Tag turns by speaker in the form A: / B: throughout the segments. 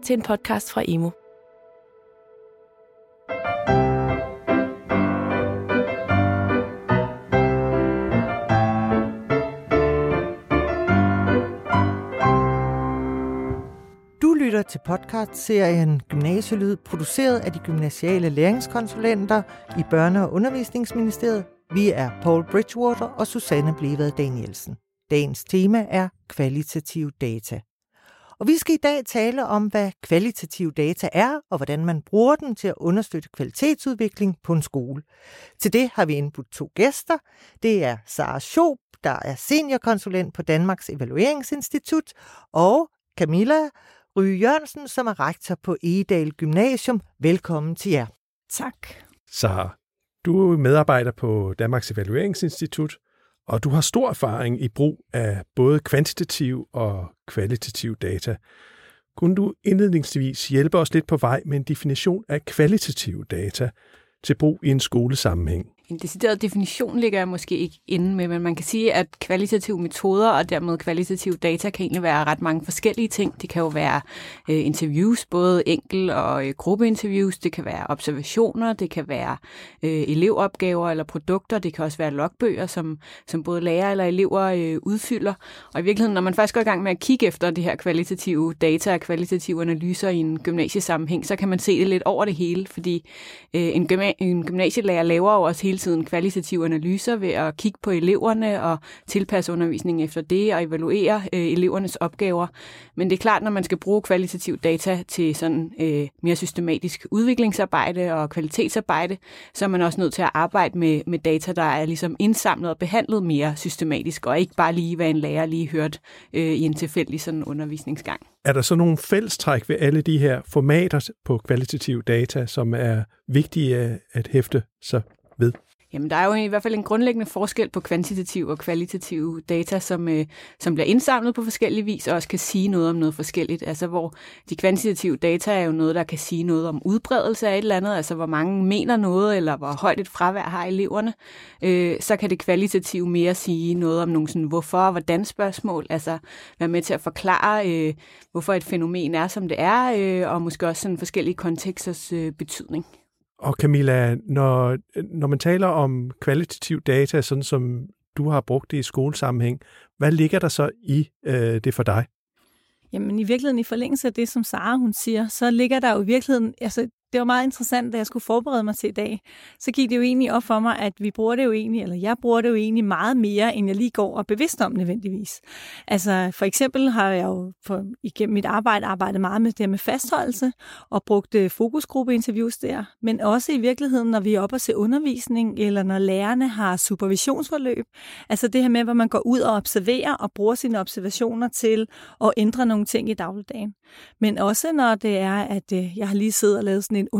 A: til en podcast fra Emo.
B: Du lytter til podcast-serien Gymnasielyd, produceret af de gymnasiale læringskonsulenter i Børne- og Undervisningsministeriet. Vi er Paul Bridgewater og Susanne Blevad Danielsen. Dagens tema er kvalitative data. Og vi skal i dag tale om, hvad kvalitative data er, og hvordan man bruger dem til at understøtte kvalitetsudvikling på en skole. Til det har vi indbudt 2 gæster. Det er Sara Schoop, der er seniorkonsulent på Danmarks Evalueringsinstitut, og Camilla Ryge Jørgensen, som er rektor på Egedal Gymnasium. Velkommen til jer.
C: Tak.
D: Sara, du er medarbejder på Danmarks Evalueringsinstitut, og du har stor erfaring i brug af både kvantitativ og kvalitativ data. Kunne du indledningsvis hjælpe os lidt på vej med en definition af kvalitative data til brug i en skolesammenhæng?
C: En decideret definition ligger jeg måske ikke inde med, men man kan sige, at kvalitative metoder og dermed kvalitative data kan egentlig være ret mange forskellige ting. Det kan jo være interviews, både enkel- og gruppeinterviews. Det kan være observationer, det kan være elevopgaver eller produkter. Det kan også være logbøger, som både lærere eller elever udfylder. Og i virkeligheden, når man først går i gang med at kigge efter de her kvalitative data og kvalitative analyser i en gymnasiesammenhæng, så kan man se det lidt over det hele, fordi en gymnasielærer laver jo også hele tiden kvalitative analyser ved at kigge på eleverne og tilpasse undervisningen efter det og evaluere elevernes opgaver. Men det er klart, når man skal bruge kvalitativ data til sådan mere systematisk udviklingsarbejde og kvalitetsarbejde, så er man også nødt til at arbejde med data, der er ligesom indsamlet og behandlet mere systematisk, og ikke bare lige, hvad en lærer lige hørt i en tilfældig sådan undervisningsgang.
D: Er der så nogle fællestræk ved alle de her formater på kvalitative data, som er vigtige at hæfte sig ved?
C: Jamen, der er jo i hvert fald en grundlæggende forskel på kvantitative og kvalitative data, som bliver indsamlet på forskellige vis, og også kan sige noget om noget forskelligt. Altså, hvor de kvantitative data er jo noget, der kan sige noget om udbredelse af et eller andet, altså hvor mange mener noget, eller hvor højt et fravær har eleverne. Så kan det kvalitative mere sige noget om nogle sådan hvorfor og hvordan spørgsmål, altså være med til at forklare, hvorfor et fænomen er, som det er, og måske også sådan forskellige konteksters betydning.
D: Og Camilla, når man taler om kvalitativ data, sådan som du har brugt det i skolesammenhæng, hvad ligger der så i det for dig?
E: Jamen i virkeligheden, i forlængelse af det, som Sara hun siger, så ligger der jo i virkeligheden, altså det var meget interessant, da jeg skulle forberede mig til i dag, så gik det jo egentlig op for mig, at vi bruger det jo egentlig, eller jeg bruger det jo egentlig meget mere, end jeg lige går og er bevidst om nødvendigvis. Altså for eksempel har jeg jo igennem mit arbejdet meget med det med fastholdelse, og brugt fokusgruppeinterviews der, men også i virkeligheden, når vi er oppe og se undervisning, eller når lærerne har supervisionsforløb, altså det her med, hvor man går ud og observerer, og bruger sine observationer til at ændre nogle ting i dagligdagen. Men også når det er, at jeg har lige siddet og lavet sådan en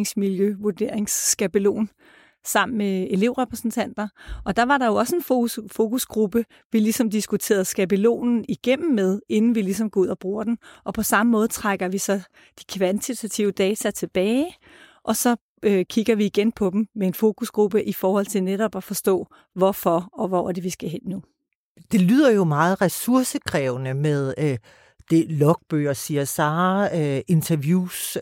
E: undervisningsmiljøvurderingsskabelon sammen med elevrepræsentanter. Og der var der jo også en fokusgruppe, vi ligesom diskuterede skabelonen igennem med, inden vi ligesom går ud og bruger den. Og på samme måde trækker vi så de kvantitative data tilbage, og så kigger vi igen på dem med en fokusgruppe i forhold til netop at forstå, hvorfor og hvor er det, vi skal hen nu.
B: Det lyder jo meget ressourcekrævende med det logbøger, siger Sara, interviews.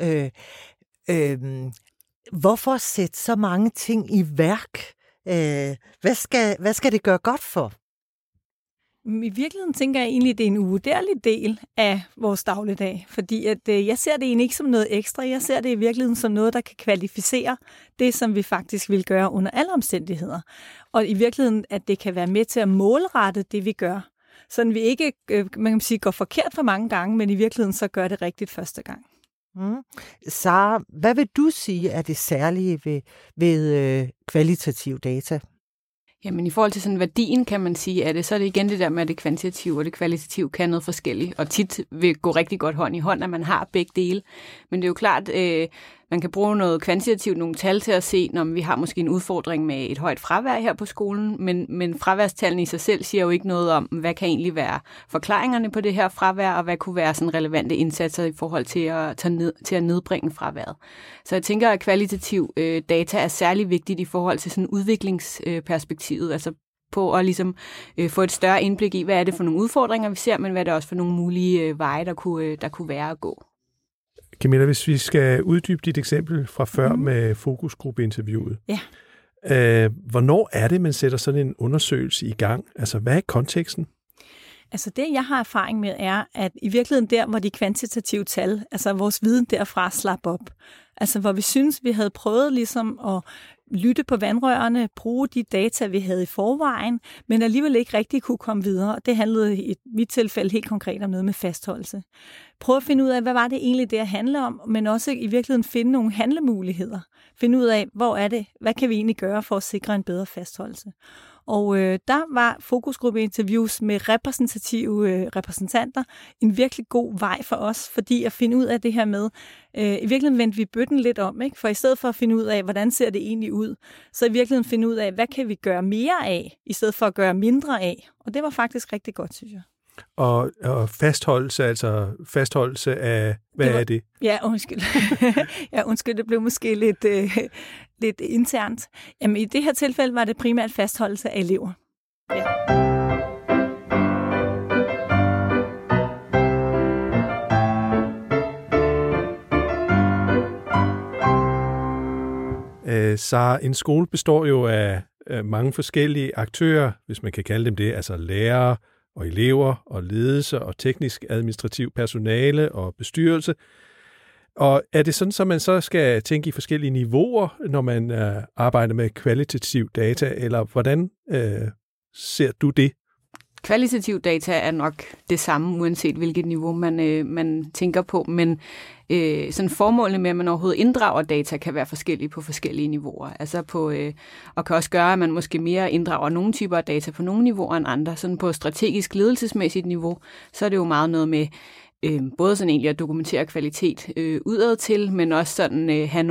B: Hvorfor sætte så mange ting i værk? Hvad skal det gøre godt for?
E: I virkeligheden tænker jeg egentlig, at det er en uvurderlig del af vores dagligdag, fordi at, jeg ser det egentlig ikke som noget ekstra. Jeg ser det i virkeligheden som noget, der kan kvalificere det, som vi faktisk vil gøre under alle omstændigheder. Og i virkeligheden, at det kan være med til at målrette det, vi gør. Sådan vi ikke, man kan sige, går forkert for mange gange, men i virkeligheden så gør det rigtigt første gang.
B: Sara, hvad vil du sige er det særlige ved kvalitativ data?
C: Jamen i forhold til sådan værdien, kan man sige, så er det igen det der med, at det kvantitative og det kvalitative kan noget forskelligt, og tit vil gå rigtig godt hånd i hånd, at man har begge dele. Men det er jo klart, man kan bruge noget kvantitativt, nogle tal til at se, når vi har måske en udfordring med et højt fravær her på skolen, men fraværstallene i sig selv siger jo ikke noget om, hvad kan egentlig være forklaringerne på det her fravær, og hvad kunne være sådan relevante indsatser i forhold til at nedbringe fraværet. Så jeg tænker, at kvalitativ data er særlig vigtigt i forhold til sådan udviklingsperspektivet, altså på at ligesom få et større indblik i, hvad er det for nogle udfordringer, vi ser, men hvad er det også for nogle mulige veje, der kunne være at gå.
D: Camilla, hvis vi skal uddybe dit eksempel fra før med fokusgruppeinterviewet.
E: Ja.
D: Hvornår er det, man sætter sådan en undersøgelse i gang? Altså, hvad er konteksten?
E: Altså det, jeg har erfaring med, er, at i virkeligheden der, hvor de kvantitative tal, altså vores viden derfra slap op. Altså hvor vi synes, vi havde prøvet ligesom at lytte på vandrørene, bruge de data, vi havde i forvejen, men alligevel ikke rigtig kunne komme videre. Det handlede i mit tilfælde helt konkret om noget med fastholdelse. Prøv at finde ud af, hvad var det egentlig, det handler om, men også i virkeligheden finde nogle handlemuligheder. Finde ud af, hvor er det, hvad kan vi egentlig gøre for at sikre en bedre fastholdelse. Og der var fokusgruppeinterviews med repræsentative repræsentanter en virkelig god vej for os, fordi at finde ud af det her med, i virkeligheden vendte vi bøtten lidt om, ikke? For i stedet for at finde ud af, hvordan ser det egentlig ud, så i virkeligheden finde ud af, hvad kan vi gøre mere af, i stedet for at gøre mindre af. Og det var faktisk rigtig godt, synes jeg.
D: Og fastholdelse, altså fastholdelse af, hvad er det?
E: Ja, undskyld. Det blev måske lidt internt. Jamen, i det her tilfælde var det primært fastholdelse af elever. Ja.
D: Så en skole består jo af mange forskellige aktører, hvis man kan kalde dem det, altså lærere og elever og ledelse og teknisk administrativ personale og bestyrelse. Og er det sådan, at man så skal tænke i forskellige niveauer, når man arbejder med kvalitativ data, eller hvordan ser du det?
C: Kvalitativ data er nok det samme, uanset hvilket niveau man tænker på, men sådan formålene med, at man overhovedet inddrager data, kan være forskellige på forskellige niveauer. Altså og kan også gøre, at man måske mere inddrager nogle typer af data på nogle niveauer end andre. Sådan på strategisk ledelsesmæssigt niveau, så er det jo meget noget med både sådan egentlig at dokumentere kvalitet udad til, men også sådan have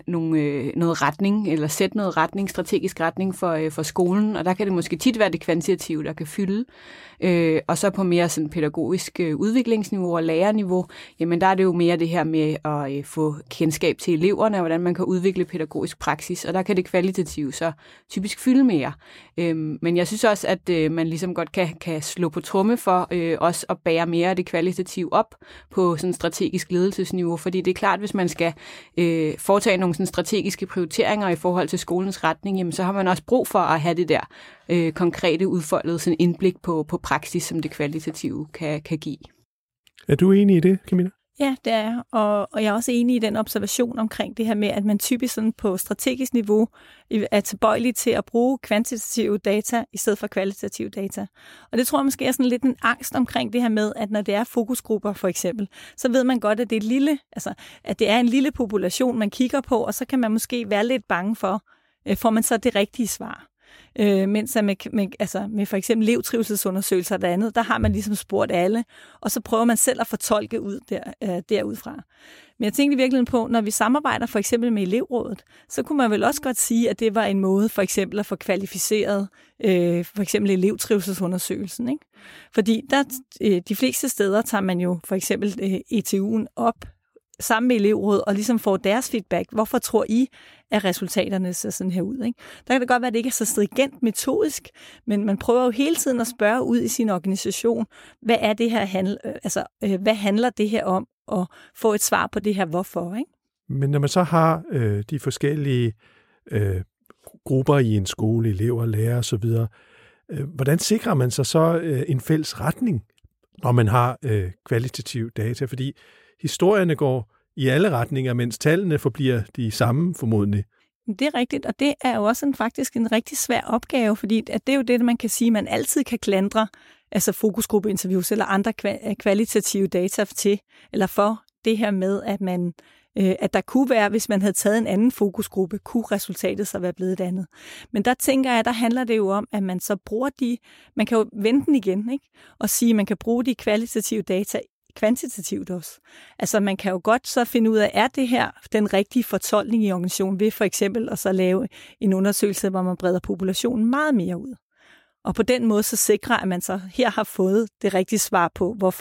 C: noget retning, eller sætte noget retning, strategisk retning for skolen, og der kan det måske tit være det kvantitative, der kan fylde. Og så på mere sådan pædagogisk udviklingsniveau og lærerniveau, jamen der er det jo mere det her med at få kendskab til eleverne, og hvordan man kan udvikle pædagogisk praksis, og der kan det kvalitative så typisk fylde mere. Men jeg synes også, at man ligesom godt kan slå på tromme for også at bære mere af det kvalitative op på sådan strategisk ledelsesniveau, fordi det er klart, hvis man skal foretage nogle sådan strategiske prioriteringer i forhold til skolens retning, jamen så har man også brug for at have det der konkrete udfoldet sådan indblik på praksis, som det kvalitative kan give.
D: Er du enig i det, Camilla?
E: Ja, det er jeg, og jeg er også enig i den observation omkring det her med, at man typisk sådan på strategisk niveau er tilbøjelig til at bruge kvantitative data i stedet for kvalitative data. Og det tror jeg måske er sådan lidt en angst omkring det her med, at når det er fokusgrupper for eksempel, så ved man godt, at det er at det er en lille population, man kigger på, og så kan man måske være lidt bange for, får man så det rigtige svar. Mens med for eksempel elevtrivselsundersøgelser og det andet, der har man ligesom spurgt alle, og så prøver man selv at fortolke ud derudfra. Men jeg tænkte i virkeligheden på, når vi samarbejder for eksempel med elevrådet, så kunne man vel også godt sige, at det var en måde for eksempel at få kvalificeret for eksempel elevtrivselsundersøgelsen, ikke? Fordi de fleste steder tager man jo for eksempel ETU'en op sammen med elevrådet og ligesom får deres feedback. Hvorfor tror I, at resultaterne ser sådan her ud? Ikke? Der kan det godt være, at det ikke er så stringent metodisk, men man prøver jo hele tiden at spørge ud i sin organisation, hvad er det her hvad handler det her om, og få et svar på det her hvorfor, ikke?
D: Men når man så har de forskellige grupper i en skole, elever, lærere osv., hvordan sikrer man sig så en fælles retning, når man har kvalitativ data? Fordi historierne går i alle retninger, mens tallene forbliver de samme formodentlig.
E: Det er rigtigt, og det er jo også faktisk en rigtig svær opgave, fordi at det er jo det, man kan sige, man altid kan klandre, altså fokusgruppeinterviews eller andre kvalitative data til, eller for det her med, at der kunne være, hvis man havde taget en anden fokusgruppe, kunne resultatet så være blevet et andet. Men der tænker jeg, der handler det jo om, at man så bruger man kan jo vende den igen, ikke? Og sige, at man kan bruge de kvalitative data kvantitativt også. Altså man kan jo godt så finde ud af, er det her den rigtige fortolkning i organisationen ved for eksempel at så lave en undersøgelse, hvor man breder populationen meget mere ud. Og på den måde så sikrer, at man så her har fået det rigtige svar på, hvorfor.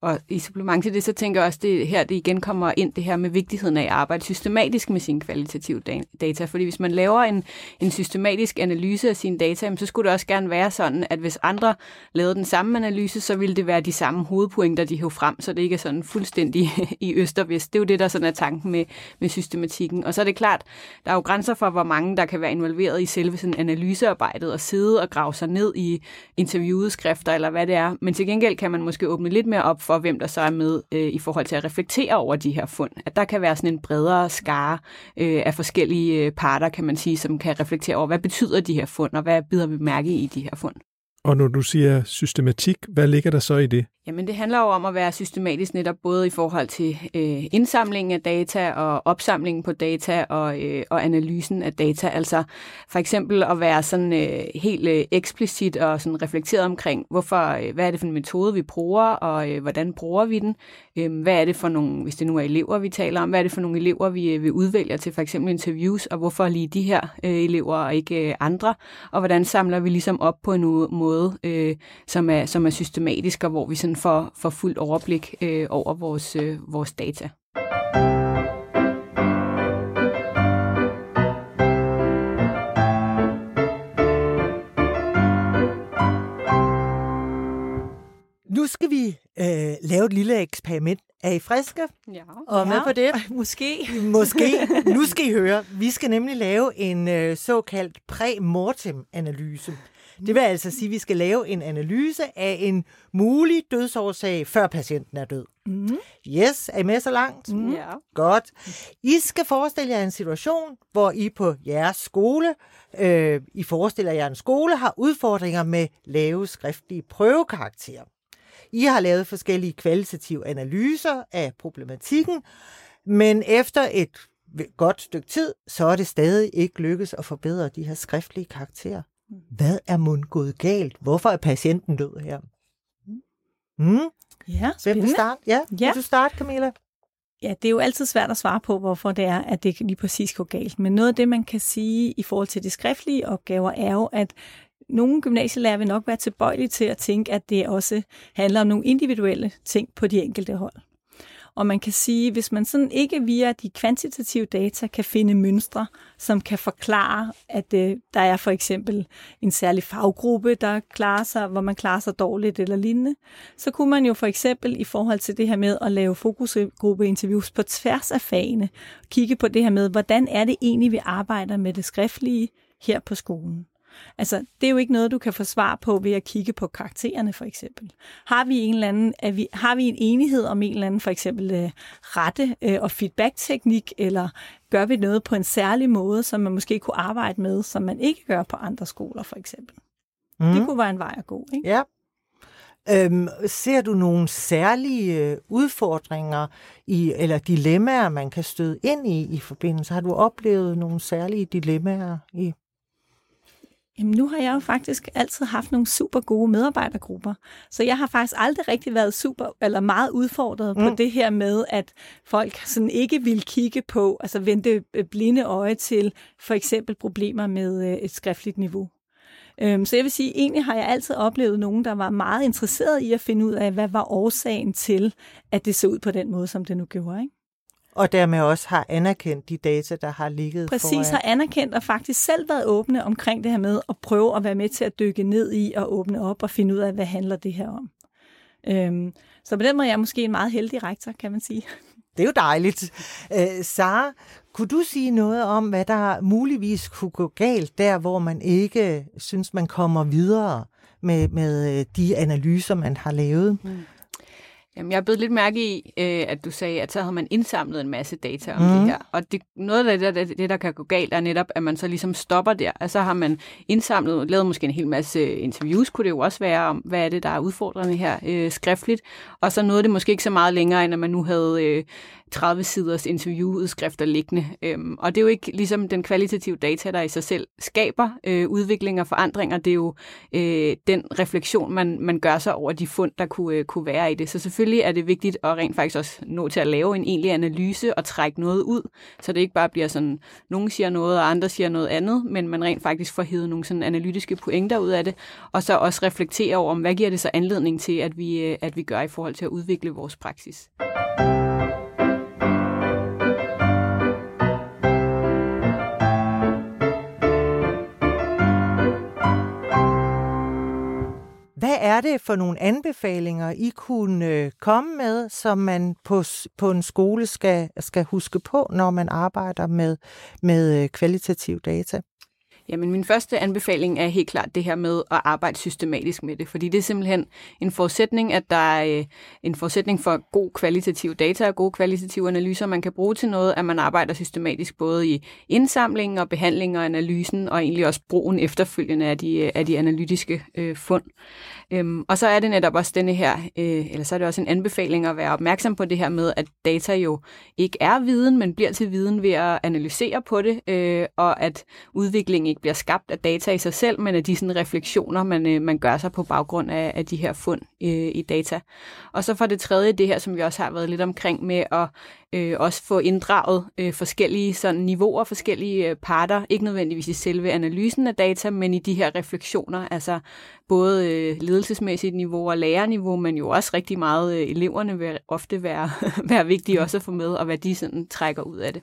C: Og i supplement til det, så tænker jeg også, det igen kommer ind, det her med vigtigheden af at arbejde systematisk med sine kvalitative data. Fordi hvis man laver en systematisk analyse af sine data, så skulle det også gerne være sådan, at hvis andre lavede den samme analyse, så ville det være de samme hovedpointer, de hæv frem, så det ikke er sådan fuldstændig i øst og vest. Det er jo det, der sådan er tanken med systematikken. Og så er det klart, der er jo grænser for, hvor mange der kan være involveret i selve sådan analysearbejdet og sidde og grave sig ned i interviewede skrifter eller hvad det er. Men til gengæld kan man måske åbne lidt mere op for, hvem der så er med i forhold til at reflektere over de her fund. At der kan være sådan en bredere skare af forskellige parter, kan man sige, som kan reflektere over, hvad betyder de her fund, og hvad bider vi mærke i de her fund.
D: Og når du siger systematik, hvad ligger der så i det?
C: Jamen det handler jo om at være systematisk netop både i forhold til indsamlingen af data og opsamlingen på data og analysen af data. Altså for eksempel at være sådan helt eksplicit og sådan reflekteret omkring, hvad er det for en metode, vi bruger, og hvordan bruger vi den? Hvad er det for nogle, hvis det nu er elever, vi taler om, hvad er det for nogle elever, vi udvælger til for eksempel interviews, og hvorfor lige de her elever og ikke andre? Og hvordan samler vi ligesom op på en måde, som er systematisk, og hvor vi sådan får fuldt overblik over vores data.
B: Nu skal vi lave et lille eksperiment. Er I friske?
C: Ja.
B: Og med på det?
E: Måske.
B: Måske. Nu skal I høre. Vi skal nemlig lave en såkaldt præmortem-analyse. Det vil altså sige, at vi skal lave en analyse af en mulig dødsårsag, før patienten er død.
E: Mm.
B: Yes, er I med så langt?
C: Ja.
B: Godt. I skal forestille jer en situation, hvor I på jeres skole, I forestiller jer en skole, har udfordringer med lave skriftlige prøvekarakterer. I har lavet forskellige kvalitative analyser af problematikken, men efter et godt stykke tid, så er det stadig ikke lykkes at forbedre de her skriftlige karakterer. Hvad er mon gået galt? Hvorfor er patienten død her?
E: Ja,
B: Hvem
E: spændende.
B: vil starte? Ja, vil du starte, Camilla?
E: Ja, det er jo altid svært at svare på, hvorfor det er, at det lige præcis går galt. Men noget af det, man kan sige i forhold til de skriftlige opgaver, er jo, at nogle gymnasielærer vil nok være tilbøjelige til at tænke, at det også handler om nogle individuelle ting på de enkelte hold. Og man kan sige, hvis man sådan ikke via de kvantitative data kan finde mønstre, som kan forklare, at der er for eksempel en særlig faggruppe, der klarer sig, hvor man klarer sig dårligt eller lignende, så kunne man jo for eksempel i forhold til det her med at lave fokusgruppeinterviews på tværs af fagene, kigge på det her med, hvordan er det egentlig, vi arbejder med det skriftlige her på skolen. Altså, det er jo ikke noget, du kan få svar på ved at kigge på karaktererne, for eksempel. Har vi en enighed om en eller anden, for eksempel rette- og feedback-teknik, eller gør vi noget på en særlig måde, som man måske kunne arbejde med, som man ikke gør på andre skoler, for eksempel? Det kunne være en vej at gå, ikke?
B: Ja. Ser du nogle særlige udfordringer eller dilemmaer, man kan støde ind i forbindelse? Har du oplevet nogle særlige dilemmaer i?
E: Jamen, nu har jeg jo faktisk altid haft nogle super gode medarbejdergrupper, så jeg har faktisk aldrig rigtig været meget udfordret på det her med, at folk sådan ikke vil kigge på, altså vente blinde øje til for eksempel problemer med et skriftligt niveau. Så jeg vil sige, egentlig har jeg altid oplevet nogen, der var meget interesseret i at finde ud af, hvad var årsagen til, at det så ud på den måde, som det nu gjorde, ikke?
B: Og dermed også har anerkendt de data, der har ligget
E: Præcis,
B: foran.
E: har anerkendt og faktisk selv været åbne omkring det her med at prøve at være med til at dykke ned i og åbne op og finde ud af, hvad handler det her om. Så på den måde er jeg måske en meget heldig rektor, kan man sige.
B: Det er jo dejligt. Sara, kunne du sige noget om, hvad der muligvis kunne gå galt der, hvor man ikke synes, man kommer videre med de analyser, man har lavet?
C: Jamen, jeg er blevet lidt mærke i, at du sagde, at så havde man indsamlet en masse data om det her. Og noget af det, der kan gå galt, er netop, at man så ligesom stopper der. Altså har man indsamlet, lavet måske en hel masse interviews, kunne det jo også være om, hvad er det, der er udfordrende her skriftligt. Og så nåede det måske ikke så meget længere, end at man nu havde 30 siders interviewudskrifter liggende. Og det er jo ikke ligesom den kvalitative data, der i sig selv skaber udvikling og forandringer. Det er jo den refleksion, man gør sig over de fund, der kunne være i det. Så selvfølgelig selvfølgelig er det vigtigt at rent faktisk også nå til at lave en egentlig analyse og trække noget ud, så det ikke bare bliver sådan, nogen siger noget, og andre siger noget andet, men man rent faktisk får hævet nogle sådan analytiske pointer ud af det, og så også reflektere over, hvad giver det så anledning til, at vi gør i forhold til at udvikle vores praksis.
B: Hvad er det for nogle anbefalinger, I kunne komme med, som man på en skole skal huske på, når man arbejder med kvalitativ data?
C: Jamen, min første anbefaling er helt klart det her med at arbejde systematisk med det, fordi det er simpelthen en forudsætning, at der er en forudsætning for god kvalitativ data og gode kvalitative analyser, man kan bruge til noget, at man arbejder systematisk både i indsamlingen og behandlingen og analysen, og egentlig også brugen efterfølgende af de analytiske fund. Og så er det netop også denne her, eller så er det også en anbefaling at være opmærksom på det her med, at data jo ikke er viden, men bliver til viden ved at analysere på det, og at udviklingen ikke bliver skabt af data i sig selv, men af de sådan refleksioner, man gør sig på baggrund af de her fund i data. Og så for det tredje, det her, som vi også har været lidt omkring med at også få inddraget forskellige sådan niveauer, forskellige parter, ikke nødvendigvis i selve analysen af data, men i de her refleksioner, altså både ledelsesmæssigt niveau og lærerniveau, men jo også rigtig meget eleverne vil ofte være vigtige også at få med, og hvad de sådan trækker ud af det.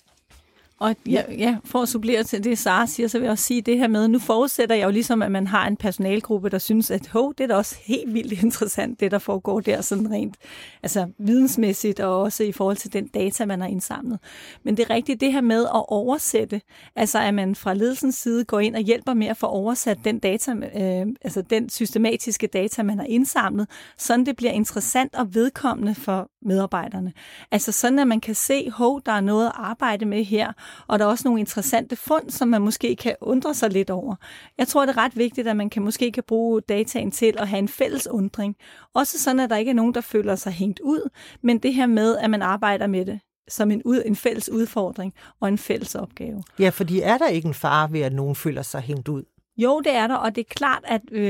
E: Og ja, for at supplere til det, Sara siger, så vil jeg også sige det her med, nu forudsætter jeg jo ligesom, at man har en personalgruppe, der synes, at det er da også helt vildt interessant, det der foregår der sådan rent vidensmæssigt, og også i forhold til den data, man har indsamlet. Men det er rigtigt det her med at oversætte, altså at man fra ledelsens side går ind og hjælper med at få oversat den data, altså den systematiske data, man har indsamlet, sådan det bliver interessant og vedkommende for medarbejderne. Altså sådan, at man kan se, der er noget at arbejde med her, og der er også nogle interessante fund, som man måske kan undre sig lidt over. Jeg tror, det er ret vigtigt, at man måske kan bruge dataen til at have en fælles undring. Også sådan, at der ikke er nogen, der føler sig hængt ud, men det her med, at man arbejder med det som en fælles udfordring og en fælles opgave.
B: Ja, fordi er der ikke en fare ved, at nogen føler sig hængt ud?
E: Jo, det er der, og det er klart,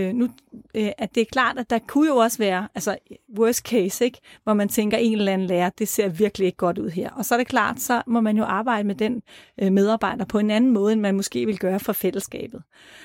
E: at der kunne jo også være, altså worst case, ikke? Hvor man tænker, en eller anden lærer, det ser virkelig ikke godt ud her. Og så er det klart, så må man jo arbejde med den medarbejder på en anden måde, end man måske vil gøre for fællesskabet.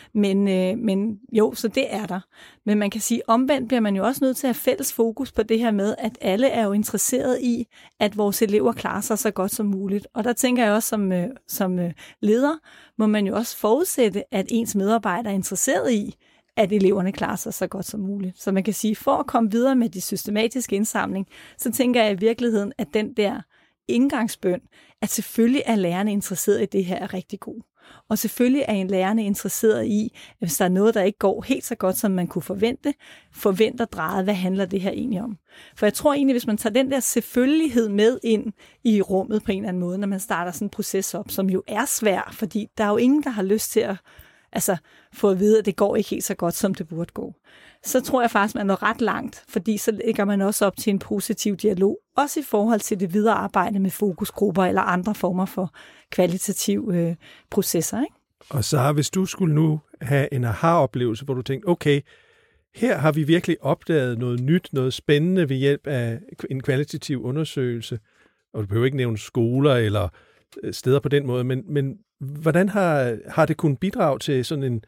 E: Men jo, så det er der. Men man kan sige, omvendt bliver man jo også nødt til at have fælles fokus på det her med, at alle er jo interesseret i, at vores elever klarer sig så godt som muligt. Og der tænker jeg også som leder, må man jo også forudsætte, at ens medarbejdere er interesseret i, at eleverne klarer sig så godt som muligt. Så man kan sige, for at komme videre med de systematiske indsamling, så tænker jeg i virkeligheden, at den der indgangsbøn, at selvfølgelig er lærerne interesseret i det her, er rigtig god. Og selvfølgelig er en lærerne interesseret i, at hvis der er noget, der ikke går helt så godt, som man kunne forvente drejet, hvad handler det her egentlig om? For jeg tror egentlig, hvis man tager den der selvfølgelighed med ind i rummet på en eller anden måde, når man starter sådan en proces op, som jo er svær, fordi der er jo ingen, der har lyst til at få at vide, at det går ikke helt så godt, som det burde gå. Så tror jeg faktisk, man når ret langt, fordi så lægger man også op til en positiv dialog, også i forhold til det videre arbejde med fokusgrupper eller andre former for kvalitative processer. Ikke?
D: Og så hvis du skulle nu have en aha-oplevelse, hvor du tænkte, okay, her har vi virkelig opdaget noget nyt, noget spændende ved hjælp af en kvalitativ undersøgelse, og du behøver ikke nævne skoler eller steder på den måde, men hvordan har det kunnet bidrage til sådan en,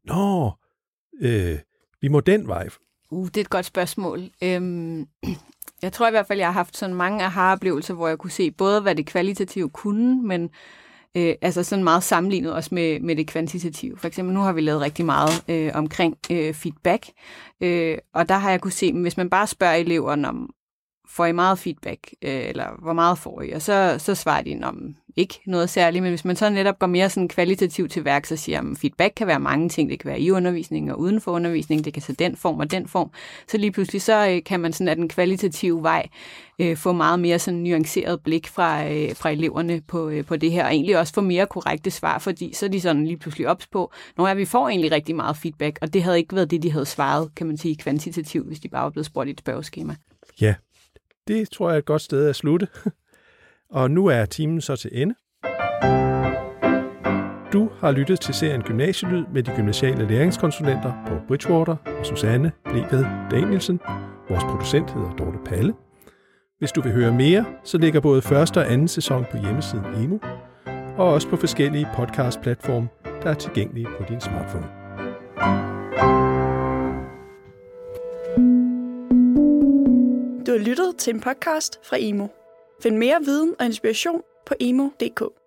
D: vi må den vej?
C: Det er et godt spørgsmål. Jeg tror i hvert fald, jeg har haft sådan mange aha-oplevelser, hvor jeg kunne se både, hvad det kvalitative kunne, men altså sådan meget sammenlignet også med det kvantitative. For eksempel nu har vi lavet rigtig meget omkring feedback, og der har jeg kunne se, at hvis man bare spørger eleverne om, får I meget feedback, eller hvor meget får I, og så svarer de om ikke noget særligt, men hvis man så netop går mere sådan kvalitativt til værk, så siger man, feedback kan være mange ting, det kan være i undervisning og uden for undervisning, det kan tage den form og den form, så lige pludselig så kan man sådan af den kvalitative vej få meget mere sådan nuanceret blik fra eleverne på det her, og egentlig også få mere korrekte svar, fordi så er de sådan lige pludselig ops på, vi får egentlig rigtig meget feedback, og det havde ikke været det, de havde svaret, kan man sige, kvantitativt, hvis de bare var blevet spurgt i et spørgeskema.
D: Ja, det tror jeg er et godt sted at slutte. Og nu er timen så til ende. Du har lyttet til serien Gymnasielyd med de gymnasiale læringskonsulenter på Bridgewater og Susanne Bleved Danielsen. Vores producent hedder Dorte Palle. Hvis du vil høre mere, så ligger både første og anden sæson på hjemmesiden Emo, og også på forskellige podcast-platforme, der er tilgængelige på din smartphone.
A: Du har lyttet til en podcast fra Emo. Find mere viden og inspiration på emo.dk.